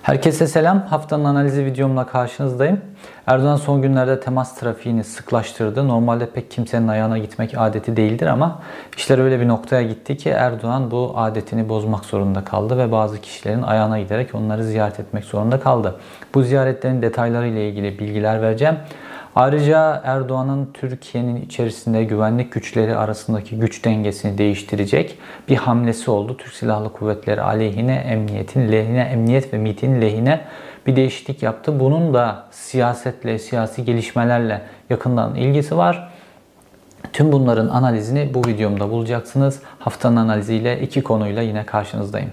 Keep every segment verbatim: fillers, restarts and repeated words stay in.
Herkese selam. Haftanın analizi videomla karşınızdayım. Erdoğan son günlerde temas trafiğini sıklaştırdı. Normalde pek kimsenin ayağına gitmek adeti değildir ama işler öyle bir noktaya gitti ki Erdoğan bu adetini bozmak zorunda kaldı ve bazı kişilerin ayağına giderek onları ziyaret etmek zorunda kaldı. Bu ziyaretlerin detayları ile ilgili bilgiler vereceğim. Ayrıca Erdoğan'ın Türkiye'nin içerisinde güvenlik güçleri arasındaki güç dengesini değiştirecek bir hamlesi oldu. Türk Silahlı Kuvvetleri aleyhine, emniyetin lehine, emniyet ve MİT'in lehine bir değişiklik yaptı. Bunun da siyasetle, siyasi gelişmelerle yakından ilgisi var. Tüm bunların analizini bu videomda bulacaksınız. Haftanın analiziyle iki konuyla yine karşınızdayım.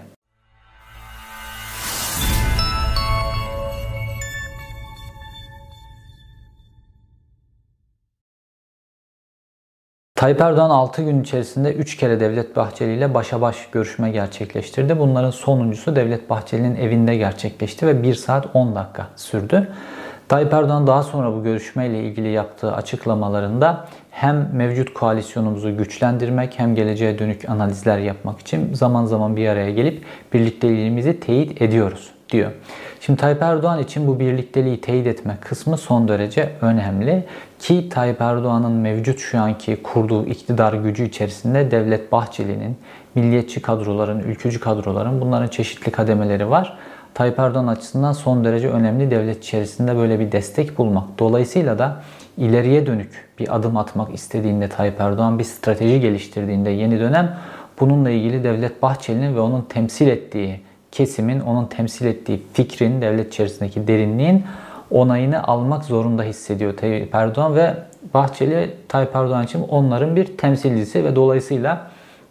Tayyip Erdoğan altı gün içerisinde üç kere Devlet Bahçeli ile başa baş görüşme gerçekleştirdi. Bunların sonuncusu Devlet Bahçeli'nin evinde gerçekleşti ve bir saat on dakika sürdü. Tayyip Erdoğan daha sonra bu görüşmeyle ilgili yaptığı açıklamalarında hem mevcut koalisyonumuzu güçlendirmek hem geleceğe dönük analizler yapmak için zaman zaman bir araya gelip birlikteliğimizi teyit ediyoruz diyor. Şimdi Tayyip Erdoğan için bu birlikteliği teyit etme kısmı son derece önemli ki Tayyip Erdoğan'ın mevcut şu anki kurduğu iktidar gücü içerisinde Devlet Bahçeli'nin, milliyetçi kadroların, ülkücü kadroların bunların çeşitli kademeleri var. Tayyip Erdoğan açısından son derece önemli devlet içerisinde böyle bir destek bulmak. Dolayısıyla da ileriye dönük bir adım atmak istediğinde Tayyip Erdoğan bir strateji geliştirdiğinde yeni dönem bununla ilgili Devlet Bahçeli'nin ve onun temsil ettiği kesimin, onun temsil ettiği fikrin, devlet içerisindeki derinliğin onayını almak zorunda hissediyor Tayyip Erdoğan ve Bahçeli Tayyip Erdoğan için onların bir temsilcisi ve dolayısıyla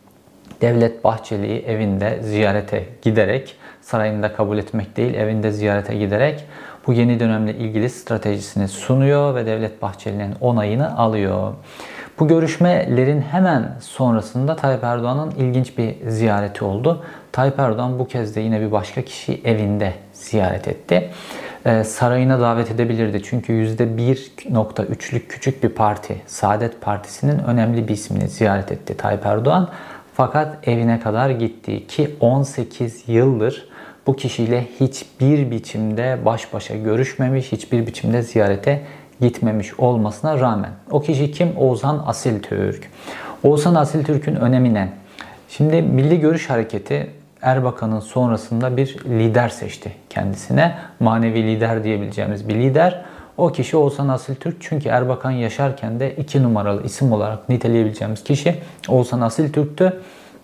Devlet Bahçeli'yi evinde ziyarete giderek, sarayında kabul etmek değil, evinde ziyarete giderek bu yeni dönemle ilgili stratejisini sunuyor ve Devlet Bahçeli'nin onayını alıyor. Bu görüşmelerin hemen sonrasında Tayyip Erdoğan'ın ilginç bir ziyareti oldu. Tayyip Erdoğan bu kez de yine bir başka kişi evinde ziyaret etti. Ee, sarayına davet edebilirdi çünkü yüzde bir nokta üçlük küçük bir parti, Saadet Partisi'nin önemli bir ismini ziyaret etti Tayyip Erdoğan. Fakat evine kadar gitti ki on sekiz yıldır bu kişiyle hiçbir biçimde baş başa görüşmemiş, hiçbir biçimde ziyarete gitmemiş olmasına rağmen. O kişi kim? Oğuzhan Asiltürk. Oğuzhan Asiltürk'ün önemi ne? Şimdi Milli Görüş Hareketi Erbakan'ın sonrasında bir lider seçti kendisine. Manevi lider diyebileceğimiz bir lider. O kişi Oğuzhan Asiltürk çünkü Erbakan yaşarken de iki numaralı isim olarak niteleyebileceğimiz kişi Oğuzhan Asiltürk'tü.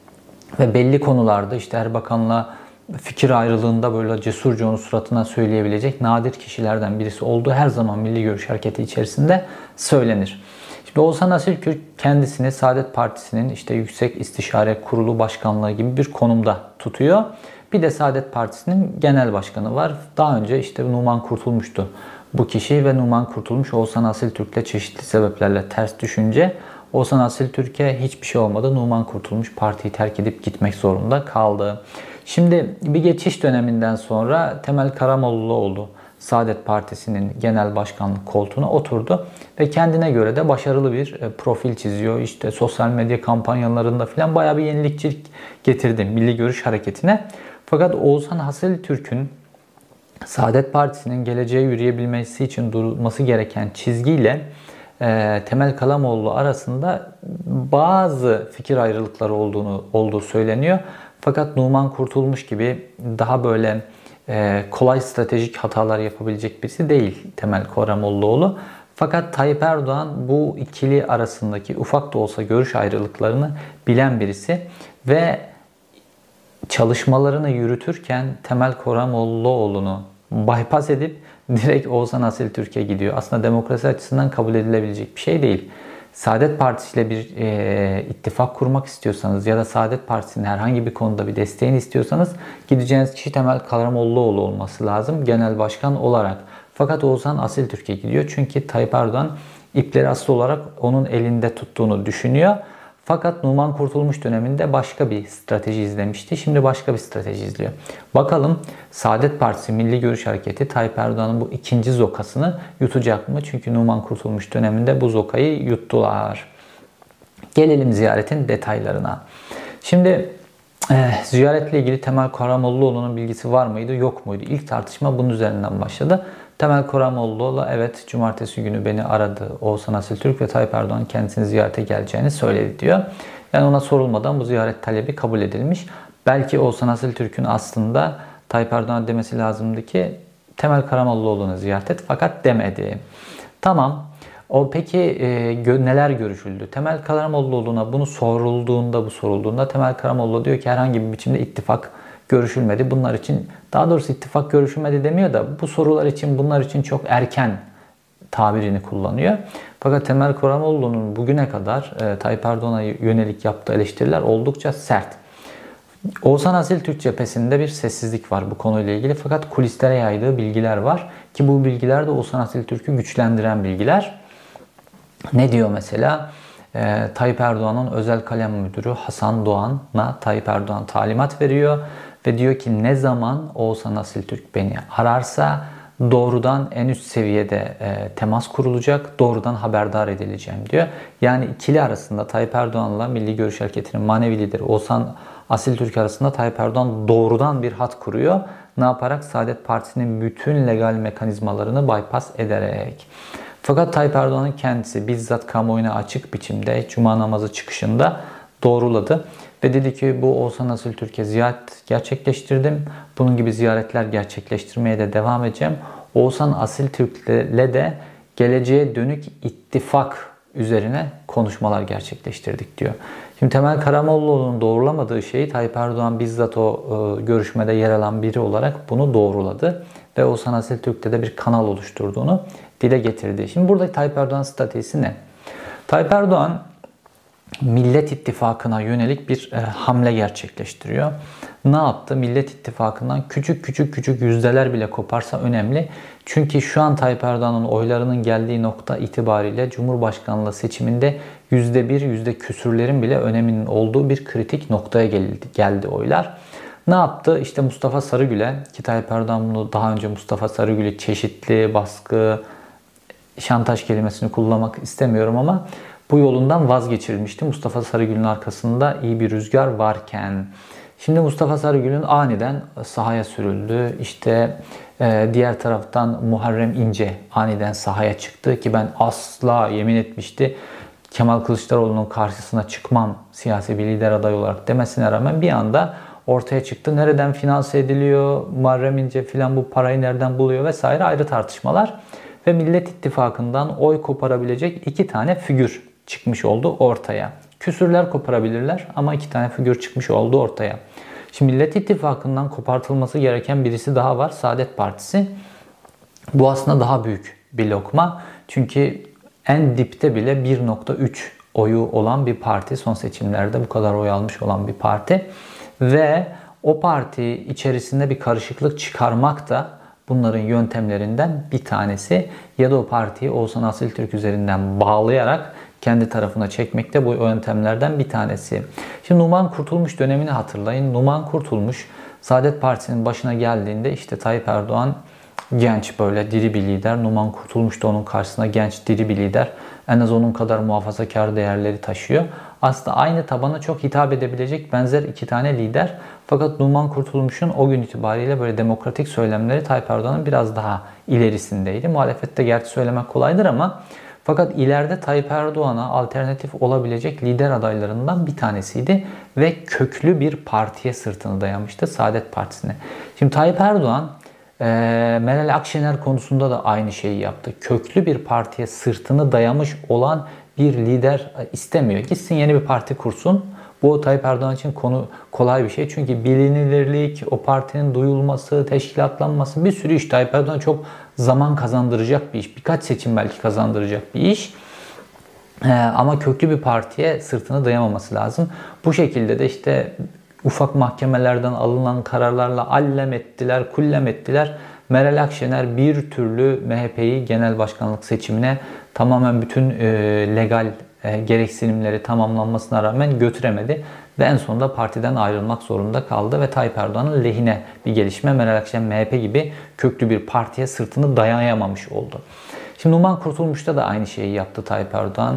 Ve belli konularda işte Erbakan'la fikir ayrılığında böyle cesurca onu suratına söyleyebilecek nadir kişilerden birisi olduğu her zaman Milli Görüş Hareketi içerisinde söylenir. Şimdi Oğuzhan Asiltürk kendisini Saadet Partisi'nin işte Yüksek İstişare Kurulu Başkanlığı gibi bir konumda tutuyor. Bir de Saadet Partisi'nin genel başkanı var. Daha önce işte Numan Kurtulmuş'tu bu kişi ve Numan Kurtulmuş Oğuzhan Asiltürk'le çeşitli sebeplerle ters düşünce Oğuzhan Asiltürk'e hiçbir şey olmadı. Numan Kurtulmuş partiyi terk edip gitmek zorunda kaldı. Şimdi bir geçiş döneminden sonra Temel Karamollaoğlu Saadet Partisi'nin genel başkanlık koltuğuna oturdu ve kendine göre de başarılı bir profil çiziyor. İşte sosyal medya kampanyalarında falan bayağı bir yenilikçilik getirdi Milli Görüş Hareketi'ne. Fakat Oğuzhan Asiltürk'ün Saadet Partisi'nin geleceğe yürüyebilmesi için durulması gereken çizgiyle e, Temel Karamollaoğlu arasında bazı fikir ayrılıkları olduğunu olduğu söyleniyor. Fakat Numan Kurtulmuş gibi daha böyle e, kolay stratejik hatalar yapabilecek birisi değil Temel Karamollaoğlu. Fakat Tayyip Erdoğan bu ikili arasındaki ufak da olsa görüş ayrılıklarını bilen birisi ve çalışmalarını yürütürken Temel Karamollaoğlu'nu bypass edip direkt Oğuzhan Asiltürk'e gidiyor. Aslında demokrasi açısından kabul edilebilecek bir şey değil. Saadet Partisi ile bir e, ittifak kurmak istiyorsanız ya da Saadet Partisi'nin herhangi bir konuda bir desteğini istiyorsanız gideceğiniz kişi Temel Karamollaoğlu olması lazım genel başkan olarak. Fakat Oğuzhan Asiltürk'e gidiyor çünkü Tayyip Erdoğan ipleri asıl olarak onun elinde tuttuğunu düşünüyor. Fakat Numan Kurtulmuş döneminde başka bir strateji izlemişti. Şimdi başka bir strateji izliyor. Bakalım Saadet Partisi, Milli Görüş Hareketi Tayyip Erdoğan'ın bu ikinci zokasını yutacak mı? Çünkü Numan Kurtulmuş döneminde bu zokayı yuttular. Gelelim ziyaretin detaylarına. Şimdi Ee, ziyaretle ilgili Temel Karamollaoğlu'nun bilgisi var mıydı, yok muydu? İlk tartışma bunun üzerinden başladı. Temel Karamollaoğlu evet cumartesi günü beni aradı. Oğuzhan Asiltürk ve Tayyip Erdoğan kendisini ziyarete geleceğini söyledi diyor. Yani ona sorulmadan bu ziyaret talebi kabul edilmiş. Belki Oğuzhan Asiltürk'ün aslında Tayyip Erdoğan demesi lazımdı ki Temel Karamollaoğlu'nu ziyaret et, fakat demedi. Tamam. O peki e, gö, neler görüşüldü? Temel Karamollaoğlu'na bunu sorulduğunda, bu sorulduğunda Temel Karamollaoğlu diyor ki herhangi bir biçimde ittifak görüşülmedi. Bunlar için, daha doğrusu ittifak görüşülmedi demiyor da bu sorular için, bunlar için çok erken tabirini kullanıyor. Fakat Temel Karamollaoğlu'nun bugüne kadar e, Tayyip Erdoğan'a yönelik yaptığı eleştiriler oldukça sert. Oğuzhan Asiltürk cephesinde bir sessizlik var bu konuyla ilgili, fakat kulislere yaydığı bilgiler var ki bu bilgiler de Oğuzhan Asiltürk'ü güçlendiren bilgiler. Ne diyor mesela? Ee, Tayyip Erdoğan'ın özel kalem müdürü Hasan Doğan'a Tayyip Erdoğan talimat veriyor ve diyor ki ne zaman Oğuzhan Asiltürk beni ararsa doğrudan en üst seviyede e, temas kurulacak, doğrudan haberdar edileceğim diyor. Yani ikili arasında Tayyip Erdoğan'la Milli Görüş Hareketi'nin manevi lideri Oğuzhan Asiltürk arasında Tayyip Erdoğan doğrudan bir hat kuruyor. Ne yaparak? Saadet Partisi'nin bütün legal mekanizmalarını bypass ederek. Fakat Tayyip Erdoğan'ın kendisi bizzat kamuoyuna açık biçimde Cuma namazı çıkışında doğruladı. Ve dedi ki bu Oğuzhan Asiltürk'e ziyaret gerçekleştirdim. Bunun gibi ziyaretler gerçekleştirmeye de devam edeceğim. Oğuzhan Asiltürk'le de geleceğe dönük ittifak üzerine konuşmalar gerçekleştirdik diyor. Şimdi Temel Karamollaoğlu'nun doğrulamadığı şeyi Tayyip Erdoğan bizzat o e, görüşmede yer alan biri olarak bunu doğruladı. Ve Oğuzhan Asiltürk'te de bir kanal oluşturduğunu dile getirdi. Şimdi burada Tayyip Erdoğan stratejisi ne? Tayyip Erdoğan Millet İttifakı'na yönelik bir e, hamle gerçekleştiriyor. Ne yaptı? Millet İttifakı'ndan küçük küçük küçük yüzdeler bile koparsa önemli. Çünkü şu an Tayyip Erdoğan'ın oylarının geldiği nokta itibariyle Cumhurbaşkanlığı seçiminde yüzde bir, yüzde küsürlerin bile öneminin olduğu bir kritik noktaya geldi, geldi oylar. Ne yaptı? İşte Mustafa Sarıgül'e, ki Tayyip Erdoğan bunu daha önce Mustafa Sarıgül'ü çeşitli baskı, şantaj kelimesini kullanmak istemiyorum ama bu yolundan vazgeçirilmişti. Mustafa Sarıgül'ün arkasında iyi bir rüzgar varken. Şimdi Mustafa Sarıgül'ün aniden sahaya sürüldü. İşte e, diğer taraftan Muharrem İnce aniden sahaya çıktı ki ben asla yemin etmişti Kemal Kılıçdaroğlu'nun karşısına çıkmam siyasi bir lider adayı olarak demesine rağmen bir anda ortaya çıktı. Nereden finanse ediliyor, Muharrem İnce filan bu parayı nereden buluyor vesaire ayrı tartışmalar. Ve Millet İttifakı'ndan oy koparabilecek iki tane figür çıkmış oldu ortaya. Küsürler koparabilirler ama iki tane figür çıkmış oldu ortaya. Şimdi Millet İttifakı'ndan kopartılması gereken birisi daha var. Saadet Partisi. Bu aslında daha büyük bir lokma. Çünkü en dipte bile bir nokta üç oyu olan bir parti. Son seçimlerde bu kadar oy almış olan bir parti. Ve o parti içerisinde bir karışıklık çıkarmak da bunların yöntemlerinden bir tanesi. Ya da o partiyi Oğuzhan Asiltürk üzerinden bağlayarak kendi tarafına çekmek de bu yöntemlerden bir tanesi. Şimdi Numan Kurtulmuş dönemini hatırlayın. Numan Kurtulmuş Saadet Partisi'nin başına geldiğinde işte Tayyip Erdoğan genç böyle diri bir lider. Numan Kurtulmuş da onun karşısına genç diri bir lider. En az onun kadar muhafazakar değerleri taşıyor. Aslında aynı tabana çok hitap edebilecek benzer iki tane lider. Fakat Numan Kurtulmuş'un o gün itibariyle böyle demokratik söylemleri Tayyip Erdoğan'ın biraz daha ilerisindeydi. Muhalefette gerçi söylemek kolaydır ama fakat ileride Tayyip Erdoğan'a alternatif olabilecek lider adaylarından bir tanesiydi ve köklü bir partiye sırtını dayamıştı, Saadet Partisi'ne. Şimdi Tayyip Erdoğan e, Meral Akşener konusunda da aynı şeyi yaptı. Köklü bir partiye sırtını dayamış olan bir lider istemiyor. Gitsin yeni bir parti kursun. Bu Tayyip Erdoğan için konu kolay bir şey. Çünkü bilinirlik, o partinin duyulması, teşkilatlanması bir sürü iş. Tayyip Erdoğan çok zaman kazandıracak bir iş. Birkaç seçim belki kazandıracak bir iş. Ee, ama köklü bir partiye sırtını dayamaması lazım. Bu şekilde de işte ufak mahkemelerden alınan kararlarla allem ettiler, kullem ettiler. Meral Akşener bir türlü M H P'yi genel başkanlık seçimine tamamen bütün e, legal e, gereksinimleri tamamlanmasına rağmen götüremedi. Ve en sonunda partiden ayrılmak zorunda kaldı ve Tayyip Erdoğan'ın lehine bir gelişme. Meral Akşener M H P gibi köklü bir partiye sırtını dayayamamış oldu. Şimdi Numan Kurtulmuş'ta da aynı şeyi yaptı Tayyip Erdoğan.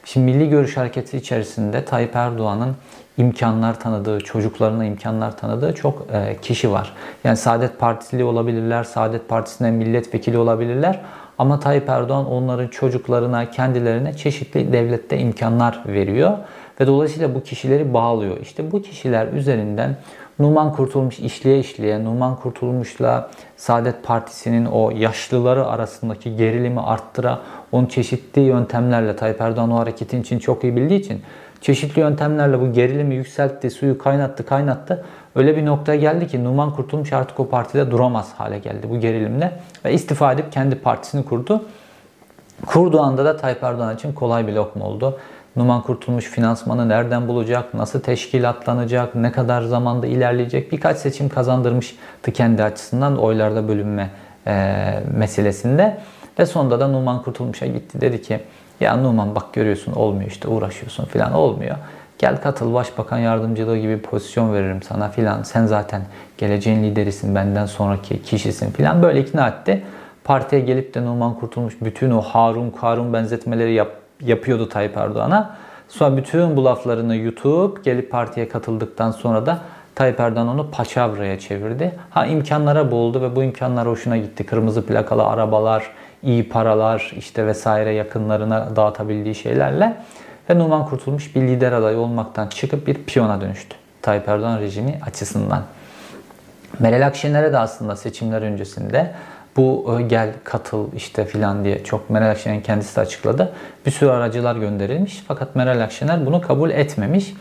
Şimdi Milli Görüş Hareketi içerisinde Tayyip Erdoğan'ın imkanlar tanıdığı, çocuklarına imkanlar tanıdığı çok kişi var. Yani Saadet Partili olabilirler, Saadet Partisi'nden milletvekili olabilirler. Ama Tayyip Erdoğan onların çocuklarına, kendilerine çeşitli devlette imkanlar veriyor. Ve dolayısıyla bu kişileri bağlıyor. İşte bu kişiler üzerinden Numan Kurtulmuş işleye işleye, Numan Kurtulmuş'la Saadet Partisi'nin o yaşlıları arasındaki gerilimi arttıra, onu çeşitli yöntemlerle, Tayyip Erdoğan o hareketin için çok iyi bildiği için çeşitli yöntemlerle bu gerilimi yükseltti, suyu kaynattı, kaynattı. Öyle bir noktaya geldi ki Numan Kurtulmuş artık o partide duramaz hale geldi bu gerilimle. Ve istifa edip kendi partisini kurdu. Kurduğu anda da Tayyip Erdoğan için kolay bir lokma oldu. Numan Kurtulmuş finansmanı nereden bulacak, nasıl teşkilatlanacak, ne kadar zamanda ilerleyecek, birkaç seçim kazandırmıştı kendi açısından oylarda bölünme e, meselesinde. Ve sonunda da Numan Kurtulmuş'a gitti. Dedi ki ya Numan bak görüyorsun olmuyor işte uğraşıyorsun filan olmuyor. Gel katıl başbakan yardımcılığı gibi bir pozisyon veririm sana filan. Sen zaten geleceğin liderisin benden sonraki kişisin filan böyle ikna etti. Partiye gelip de Numan Kurtulmuş bütün o Harun Karun benzetmeleri yap, yapıyordu Tayyip Erdoğan'a. Sonra bütün bu laflarını yutup gelip partiye katıldıktan sonra da Tayyip Erdoğan onu paçavraya çevirdi. Ha imkanlara boğuldu ve bu imkanlar hoşuna gitti. Kırmızı plakalı arabalar, iyi paralar işte vesaire yakınlarına dağıtabildiği şeylerle. Ve Numan Kurtulmuş bir lider adayı olmaktan çıkıp bir piyona dönüştü. Tayyip Erdoğan rejimi açısından. Meral Akşener'e de aslında seçimler öncesinde bu gel katıl işte filan diye çok Meral Akşener'in kendisi de açıkladı. Bir sürü aracılar gönderilmiş fakat Meral Akşener bunu kabul etmemiş.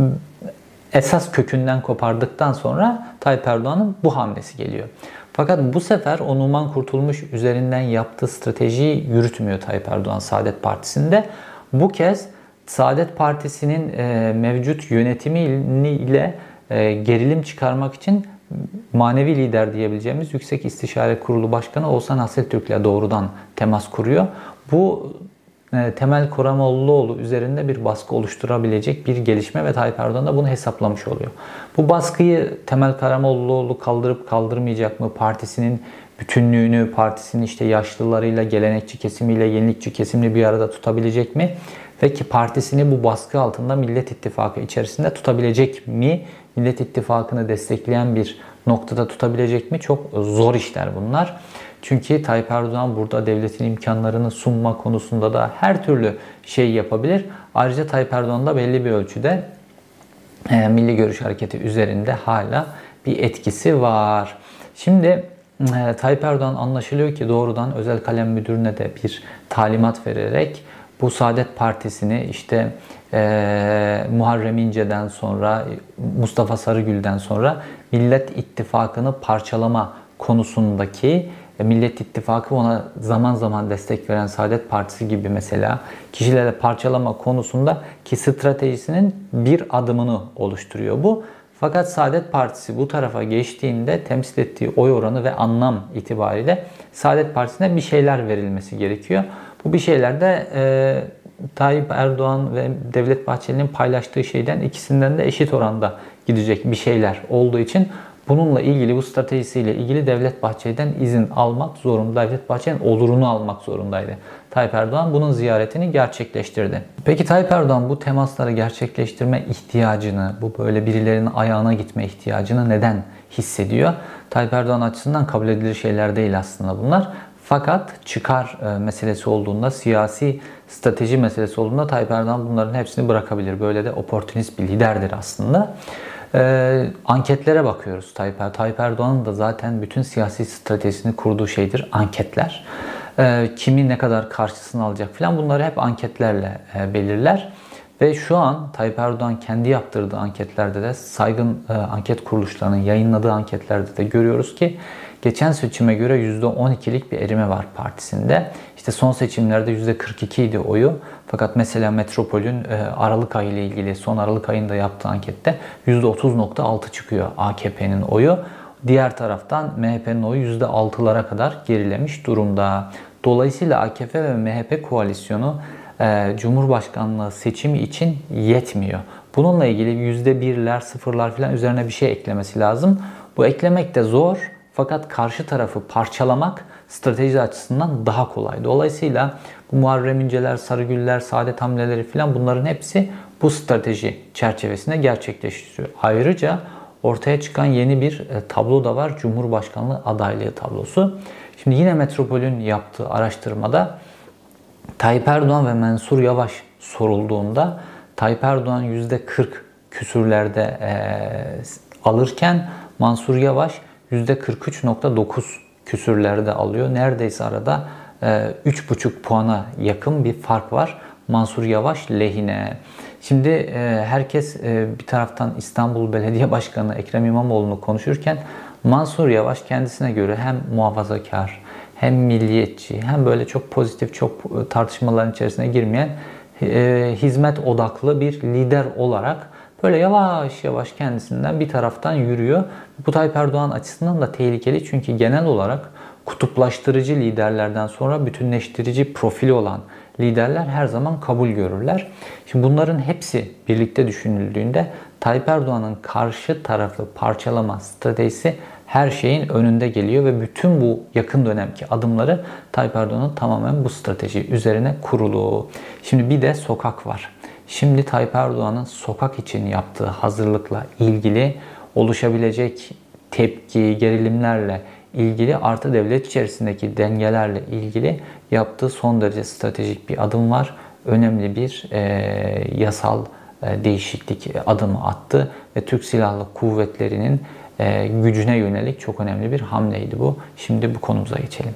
Esas kökünden kopardıktan sonra Tayyip Erdoğan'ın bu hamlesi geliyor. Fakat bu sefer o Numan Kurtulmuş üzerinden yaptığı stratejiyi yürütmüyor Tayyip Erdoğan Saadet Partisi'nde. Bu kez Saadet Partisi'nin e, mevcut yönetimiyle e, gerilim çıkarmak için manevi lider diyebileceğimiz Yüksek İstişare Kurulu Başkanı Oğuzhan Hasseltürk'le doğrudan temas kuruyor. Bu e, Temel Koramollaoğlu üzerinde bir baskı oluşturabilecek bir gelişme ve Tayyip Erdoğan da bunu hesaplamış oluyor. Bu baskıyı Temel Karamollaoğlu kaldırıp kaldırmayacak mı? Partisinin bütünlüğünü, partisinin işte yaşlılarıyla, gelenekçi kesimiyle, yenilikçi kesimini bir arada tutabilecek mi? Ve ki partisini bu baskı altında Millet İttifakı içerisinde tutabilecek mi? Millet İttifakı'nı destekleyen bir noktada tutabilecek mi? Çok zor işler bunlar. Çünkü Tayyip Erdoğan burada devletin imkanlarını sunma konusunda da her türlü şey yapabilir. Ayrıca Tayyip Erdoğan da belli bir ölçüde e, Milli Görüş Hareketi üzerinde hala bir etkisi var. Şimdi e, Tayyip Erdoğan anlaşılıyor ki doğrudan Özel Kalem Müdürü'ne de bir talimat vererek bu Saadet Partisi'ni işte e, Muharrem İnce'den sonra, Mustafa Sarıgül'den sonra Millet İttifakı'nı parçalama konusundaki Millet İttifakı ona zaman zaman destek veren Saadet Partisi gibi mesela kişilerle parçalama konusunda ki stratejisinin bir adımını oluşturuyor bu. Fakat Saadet Partisi bu tarafa geçtiğinde temsil ettiği oy oranı ve anlam itibariyle Saadet Partisi'ne bir şeyler verilmesi gerekiyor. Bu bir şeyler de e, Tayyip Erdoğan ve Devlet Bahçeli'nin paylaştığı şeyden ikisinden de eşit oranda gidecek bir şeyler olduğu için bununla ilgili bu stratejisiyle ilgili Devlet Bahçeli'den izin almak zorunda. Devlet Bahçeli'nin olurunu almak zorundaydı. Tayyip Erdoğan bunun ziyaretini gerçekleştirdi. Peki Tayyip Erdoğan bu temasları gerçekleştirme ihtiyacını, bu böyle birilerinin ayağına gitme ihtiyacını neden hissediyor? Tayyip Erdoğan açısından kabul edilir şeyler değil aslında bunlar. Fakat çıkar meselesi olduğunda, siyasi strateji meselesi olduğunda Tayyip Erdoğan bunların hepsini bırakabilir. Böyle de oportunist bir liderdir aslında. Ee, anketlere bakıyoruz. Tayyip, er Tayyip Erdoğan'ın da zaten bütün siyasi stratejisini kurduğu şeydir anketler. Ee, kimi ne kadar karşısına alacak falan bunları hep anketlerle e, belirler. Ve şu an Tayyip Erdoğan kendi yaptırdığı anketlerde de saygın e, anket kuruluşlarının yayınladığı anketlerde de görüyoruz ki geçen seçime göre yüzde on ikilik bir erime var partisinde. İşte son seçimlerde yüzde kırk iki idi oyu. Fakat mesela Metropol'ün Aralık ayı ile ilgili son Aralık ayında yaptığı ankette yüzde otuz nokta altı çıkıyor A K P'nin oyu. Diğer taraftan M H P'nin oyu yüzde altılara kadar gerilemiş durumda. Dolayısıyla A K P ve M H P koalisyonu Cumhurbaşkanlığı seçimi için yetmiyor. Bununla ilgili yüzde birler, sıfırlar falan üzerine bir şey eklemesi lazım. Bu eklemek de zor. Fakat karşı tarafı parçalamak strateji açısından daha kolay. Dolayısıyla bu Muharrem İnceler, Sarıgüller, Saadet hamleleri filan bunların hepsi bu strateji çerçevesinde gerçekleştiriyor. Ayrıca ortaya çıkan yeni bir tablo da var. Cumhurbaşkanlığı adaylığı tablosu. Şimdi yine Metropol'ün yaptığı araştırmada Tayyip Erdoğan ve Mansur Yavaş sorulduğunda Tayyip Erdoğan yüzde kırk küsürlerde e, alırken Mansur Yavaş yüzde kırk üç nokta dokuz küsürlerde alıyor. Neredeyse arada e, üç buçuk puana yakın bir fark var Mansur Yavaş lehine. Şimdi e, herkes e, bir taraftan İstanbul Belediye Başkanı Ekrem İmamoğlu'nu konuşurken Mansur Yavaş kendisine göre hem muhafazakar hem milliyetçi hem böyle çok pozitif, çok tartışmaların içerisine girmeyen e, hizmet odaklı bir lider olarak böyle yavaş yavaş kendisinden bir taraftan yürüyor. Bu Tayyip Erdoğan açısından da tehlikeli çünkü genel olarak kutuplaştırıcı liderlerden sonra bütünleştirici profili olan liderler her zaman kabul görürler. Şimdi bunların hepsi birlikte düşünüldüğünde Tayyip Erdoğan'ın karşı tarafı parçalama stratejisi her şeyin önünde geliyor ve bütün bu yakın dönemki adımları Tayyip Erdoğan'ın tamamen bu strateji üzerine kurulu. Şimdi bir de sokak var. Şimdi Tayyip Erdoğan'ın sokak için yaptığı hazırlıkla ilgili oluşabilecek tepki, gerilimlerle ilgili artı devlet içerisindeki dengelerle ilgili yaptığı son derece stratejik bir adım var. Önemli bir e, yasal e, değişiklik adımı attı ve Türk Silahlı Kuvvetleri'nin e, gücüne yönelik çok önemli bir hamleydi bu. Şimdi bu konumuza geçelim.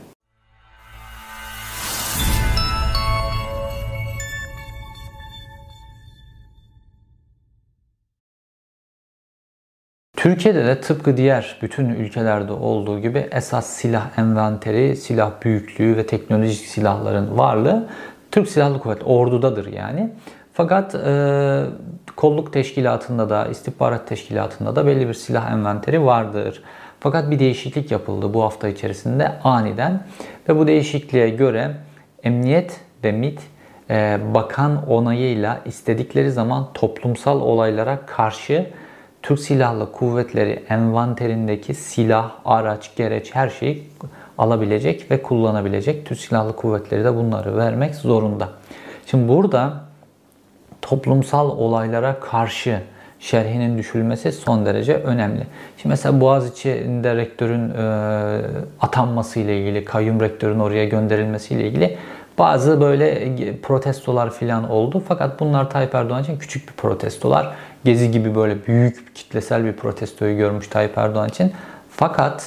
Türkiye'de de tıpkı diğer bütün ülkelerde olduğu gibi esas silah envanteri, silah büyüklüğü ve teknolojik silahların varlığı Türk Silahlı Kuvvetleri ordudadır yani. Fakat e, kolluk teşkilatında da, istihbarat teşkilatında da belli bir silah envanteri vardır. Fakat bir değişiklik yapıldı bu hafta içerisinde aniden ve bu değişikliğe göre emniyet ve MİT e, bakan onayıyla istedikleri zaman toplumsal olaylara karşı Türk Silahlı Kuvvetleri envanterindeki silah, araç, gereç her şeyi alabilecek ve kullanabilecek. Türk Silahlı Kuvvetleri de bunları vermek zorunda. Şimdi burada toplumsal olaylara karşı şerhinin düşülmesi son derece önemli. Şimdi mesela Boğaziçi'nde rektörün e, atanması ile ilgili, kayyum rektörün oraya gönderilmesi ile ilgili bazı böyle protestolar filan oldu. Fakat bunlar Tayyip Erdoğan için küçük bir protestolar. Gezi gibi böyle büyük kitlesel bir protestoyu görmüş Tayyip Erdoğan için. Fakat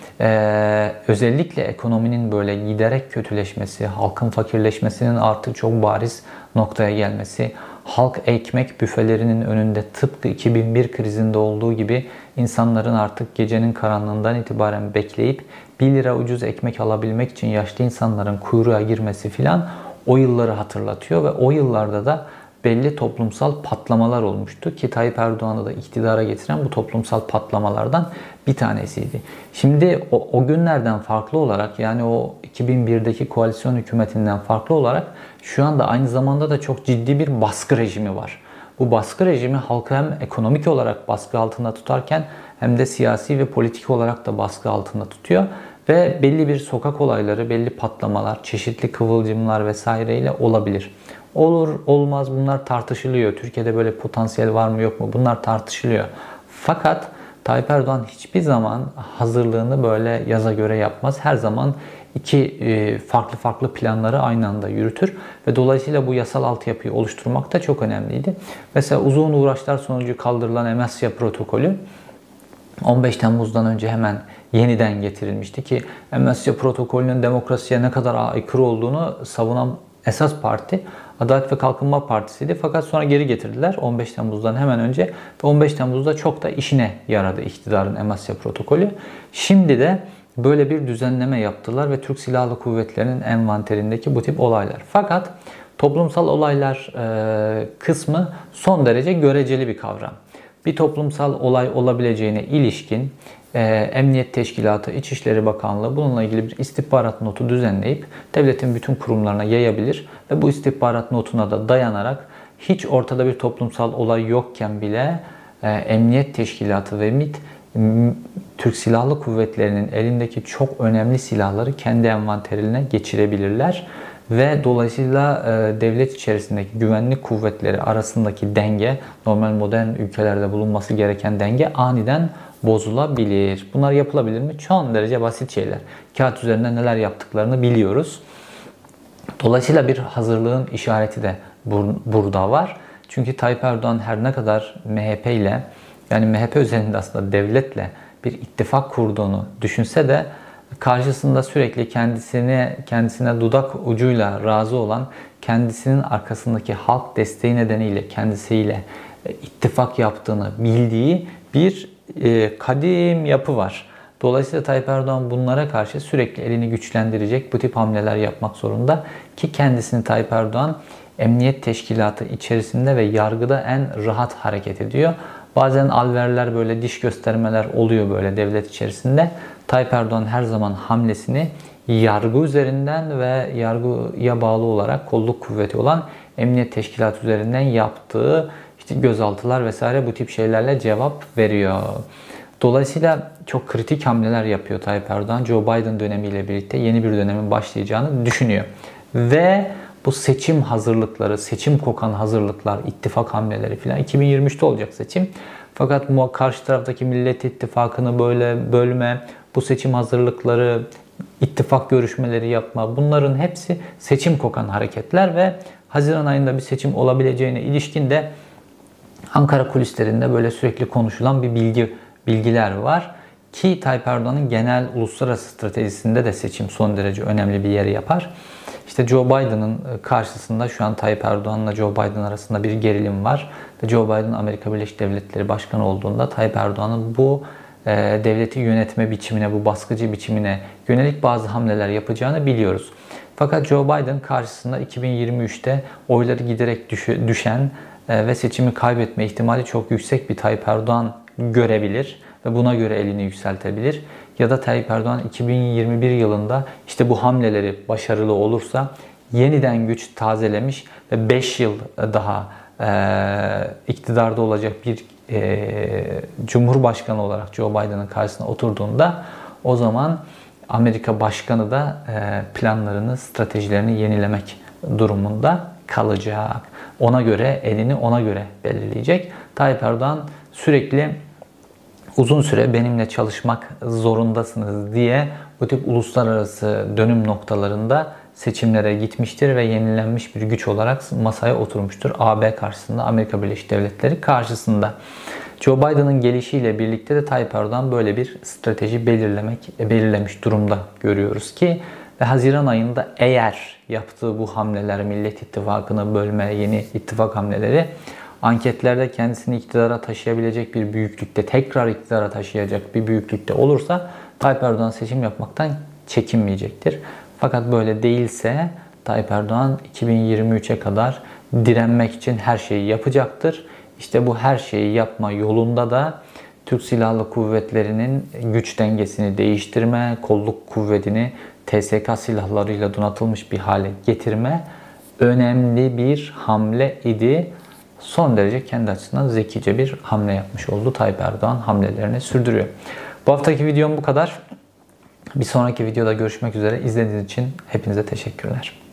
e, özellikle ekonominin böyle giderek kötüleşmesi, halkın fakirleşmesinin artık çok bariz noktaya gelmesi, halk ekmek büfelerinin önünde tıpkı iki bin bir krizinde olduğu gibi insanların artık gecenin karanlığından itibaren bekleyip bir lira ucuz ekmek alabilmek için yaşlı insanların kuyruğa girmesi filan o yılları hatırlatıyor ve o yıllarda da belli toplumsal patlamalar olmuştu ki Tayyip Erdoğan'ı da iktidara getiren bu toplumsal patlamalardan bir tanesiydi. Şimdi o, o günlerden farklı olarak yani o iki bin birdeki koalisyon hükümetinden farklı olarak şu anda aynı zamanda da çok ciddi bir baskı rejimi var. Bu baskı rejimi halkı hem ekonomik olarak baskı altında tutarken hem de siyasi ve politik olarak da baskı altında tutuyor. Ve belli bir sokak olayları, belli patlamalar, çeşitli kıvılcımlar vesaireyle olabilir. Olur, olmaz bunlar tartışılıyor. Türkiye'de böyle potansiyel var mı yok mu bunlar tartışılıyor. Fakat Tayyip Erdoğan hiçbir zaman hazırlığını böyle yaza göre yapmaz. Her zaman iki farklı farklı planları aynı anda yürütür. Ve dolayısıyla bu yasal altyapıyı oluşturmak da çok önemliydi. Mesela uzun uğraşlar sonucu kaldırılan Amasya protokolü on beş Temmuz'dan önce hemen yeniden getirilmişti ki Amasya protokolünün demokrasiye ne kadar aykırı olduğunu savunan esas parti Adalet ve Kalkınma Partisi'ydi. Fakat sonra geri getirdiler on beş Temmuz'dan hemen önce ve on beş Temmuz'da çok da işine yaradı iktidarın Amasya protokolü. Şimdi de böyle bir düzenleme yaptılar ve Türk Silahlı Kuvvetleri'nin envanterindeki bu tip olaylar. Fakat toplumsal olaylar e, kısmı son derece göreceli bir kavram. Bir toplumsal olay olabileceğine ilişkin e, Emniyet Teşkilatı, İçişleri Bakanlığı bununla ilgili bir istihbarat notu düzenleyip devletin bütün kurumlarına yayabilir ve bu istihbarat notuna da dayanarak hiç ortada bir toplumsal olay yokken bile e, Emniyet Teşkilatı ve MİT Türk Silahlı Kuvvetleri'nin elindeki çok önemli silahları kendi envanterine geçirebilirler. Ve dolayısıyla e, devlet içerisindeki güvenlik kuvvetleri arasındaki denge, normal modern ülkelerde bulunması gereken denge aniden bozulabilir. Bunlar yapılabilir mi? Çok derece basit şeyler. Kağıt üzerinde neler yaptıklarını biliyoruz. Dolayısıyla bir hazırlığın işareti de bur burada var. Çünkü Tayyip Erdoğan her ne kadar M H P ile, yani M H P üzerinde aslında devletle bir ittifak kurduğunu düşünse de karşısında sürekli kendisine kendisine dudak ucuyla razı olan, kendisinin arkasındaki halk desteği nedeniyle kendisiyle ittifak yaptığını bildiği bir e, kadim yapı var. Dolayısıyla Tayyip Erdoğan bunlara karşı sürekli elini güçlendirecek bu tip hamleler yapmak zorunda ki kendisini Tayyip Erdoğan emniyet teşkilatı içerisinde ve yargıda en rahat hareket ediyor. Bazen alverler, böyle diş göstermeler oluyor böyle devlet içerisinde. Tayyip Erdoğan her zaman hamlesini yargı üzerinden ve yargıya bağlı olarak kolluk kuvveti olan emniyet teşkilatı üzerinden yaptığı işte gözaltılar vesaire bu tip şeylerle cevap veriyor. Dolayısıyla çok kritik hamleler yapıyor Tayyip Erdoğan. Joe Biden dönemiyle birlikte yeni bir dönemin başlayacağını düşünüyor. Ve bu seçim hazırlıkları, seçim kokan hazırlıklar, ittifak hamleleri filan iki bin yirmi üçte olacak seçim. Fakat karşı taraftaki Millet İttifakı'nı böyle bölme, bu seçim hazırlıkları, ittifak görüşmeleri yapma, bunların hepsi seçim kokan hareketler ve Haziran ayında bir seçim olabileceğine ilişkin de Ankara kulislerinde böyle sürekli konuşulan bir bilgi bilgiler var. Ki Tayyip Erdoğan'ın genel uluslararası stratejisinde de seçim son derece önemli bir yeri yapar. İşte Joe Biden'ın karşısında şu an Tayyip Erdoğan'la Joe Biden arasında bir gerilim var. Ve Joe Biden Amerika Birleşik Devletleri Başkanı olduğunda Tayyip Erdoğan'ın bu e, devleti yönetme biçimine, bu baskıcı biçimine yönelik bazı hamleler yapacağını biliyoruz. Fakat Joe Biden karşısında iki bin yirmi üçte oyları giderek düşen e, ve seçimi kaybetme ihtimali çok yüksek bir Tayyip Erdoğan görebilir ve buna göre elini yükseltebilir. Ya da Tayyip Erdoğan iki bin yirmi bir yılında işte bu hamleleri başarılı olursa yeniden güç tazelemiş ve beş yıl daha e, iktidarda olacak bir e, Cumhurbaşkanı olarak Joe Biden'ın karşısına oturduğunda o zaman Amerika Başkanı da e, planlarını, stratejilerini yenilemek durumunda kalacak. Ona göre elini ona göre belirleyecek. Tayyip Erdoğan sürekli uzun süre benimle çalışmak zorundasınız diye bu tip uluslararası dönüm noktalarında seçimlere gitmiştir ve yenilenmiş bir güç olarak masaya oturmuştur. A B karşısında, Amerika Birleşik Devletleri karşısında. Joe Biden'ın gelişiyle birlikte de Tayyip Erdoğan böyle bir strateji belirlemek, belirlemiş durumda görüyoruz ki ve Haziran ayında eğer yaptığı bu hamleler, Millet İttifakı'nı bölme, yeni ittifak hamleleri anketlerde kendisini iktidara taşıyabilecek bir büyüklükte, tekrar iktidara taşıyacak bir büyüklükte olursa Tayyip Erdoğan seçim yapmaktan çekinmeyecektir. Fakat böyle değilse Tayyip Erdoğan iki bin yirmi üçe kadar direnmek için her şeyi yapacaktır. İşte bu her şeyi yapma yolunda da Türk Silahlı Kuvvetleri'nin güç dengesini değiştirme, kolluk kuvvetini T S K silahlarıyla donatılmış bir hale getirme önemli bir hamle idi. Son derece kendi açısından zekice bir hamle yapmış oldu. Tayyip Erdoğan hamlelerini sürdürüyor. Bu haftaki videom bu kadar. Bir sonraki videoda görüşmek üzere. İzlediğiniz için hepinize teşekkürler.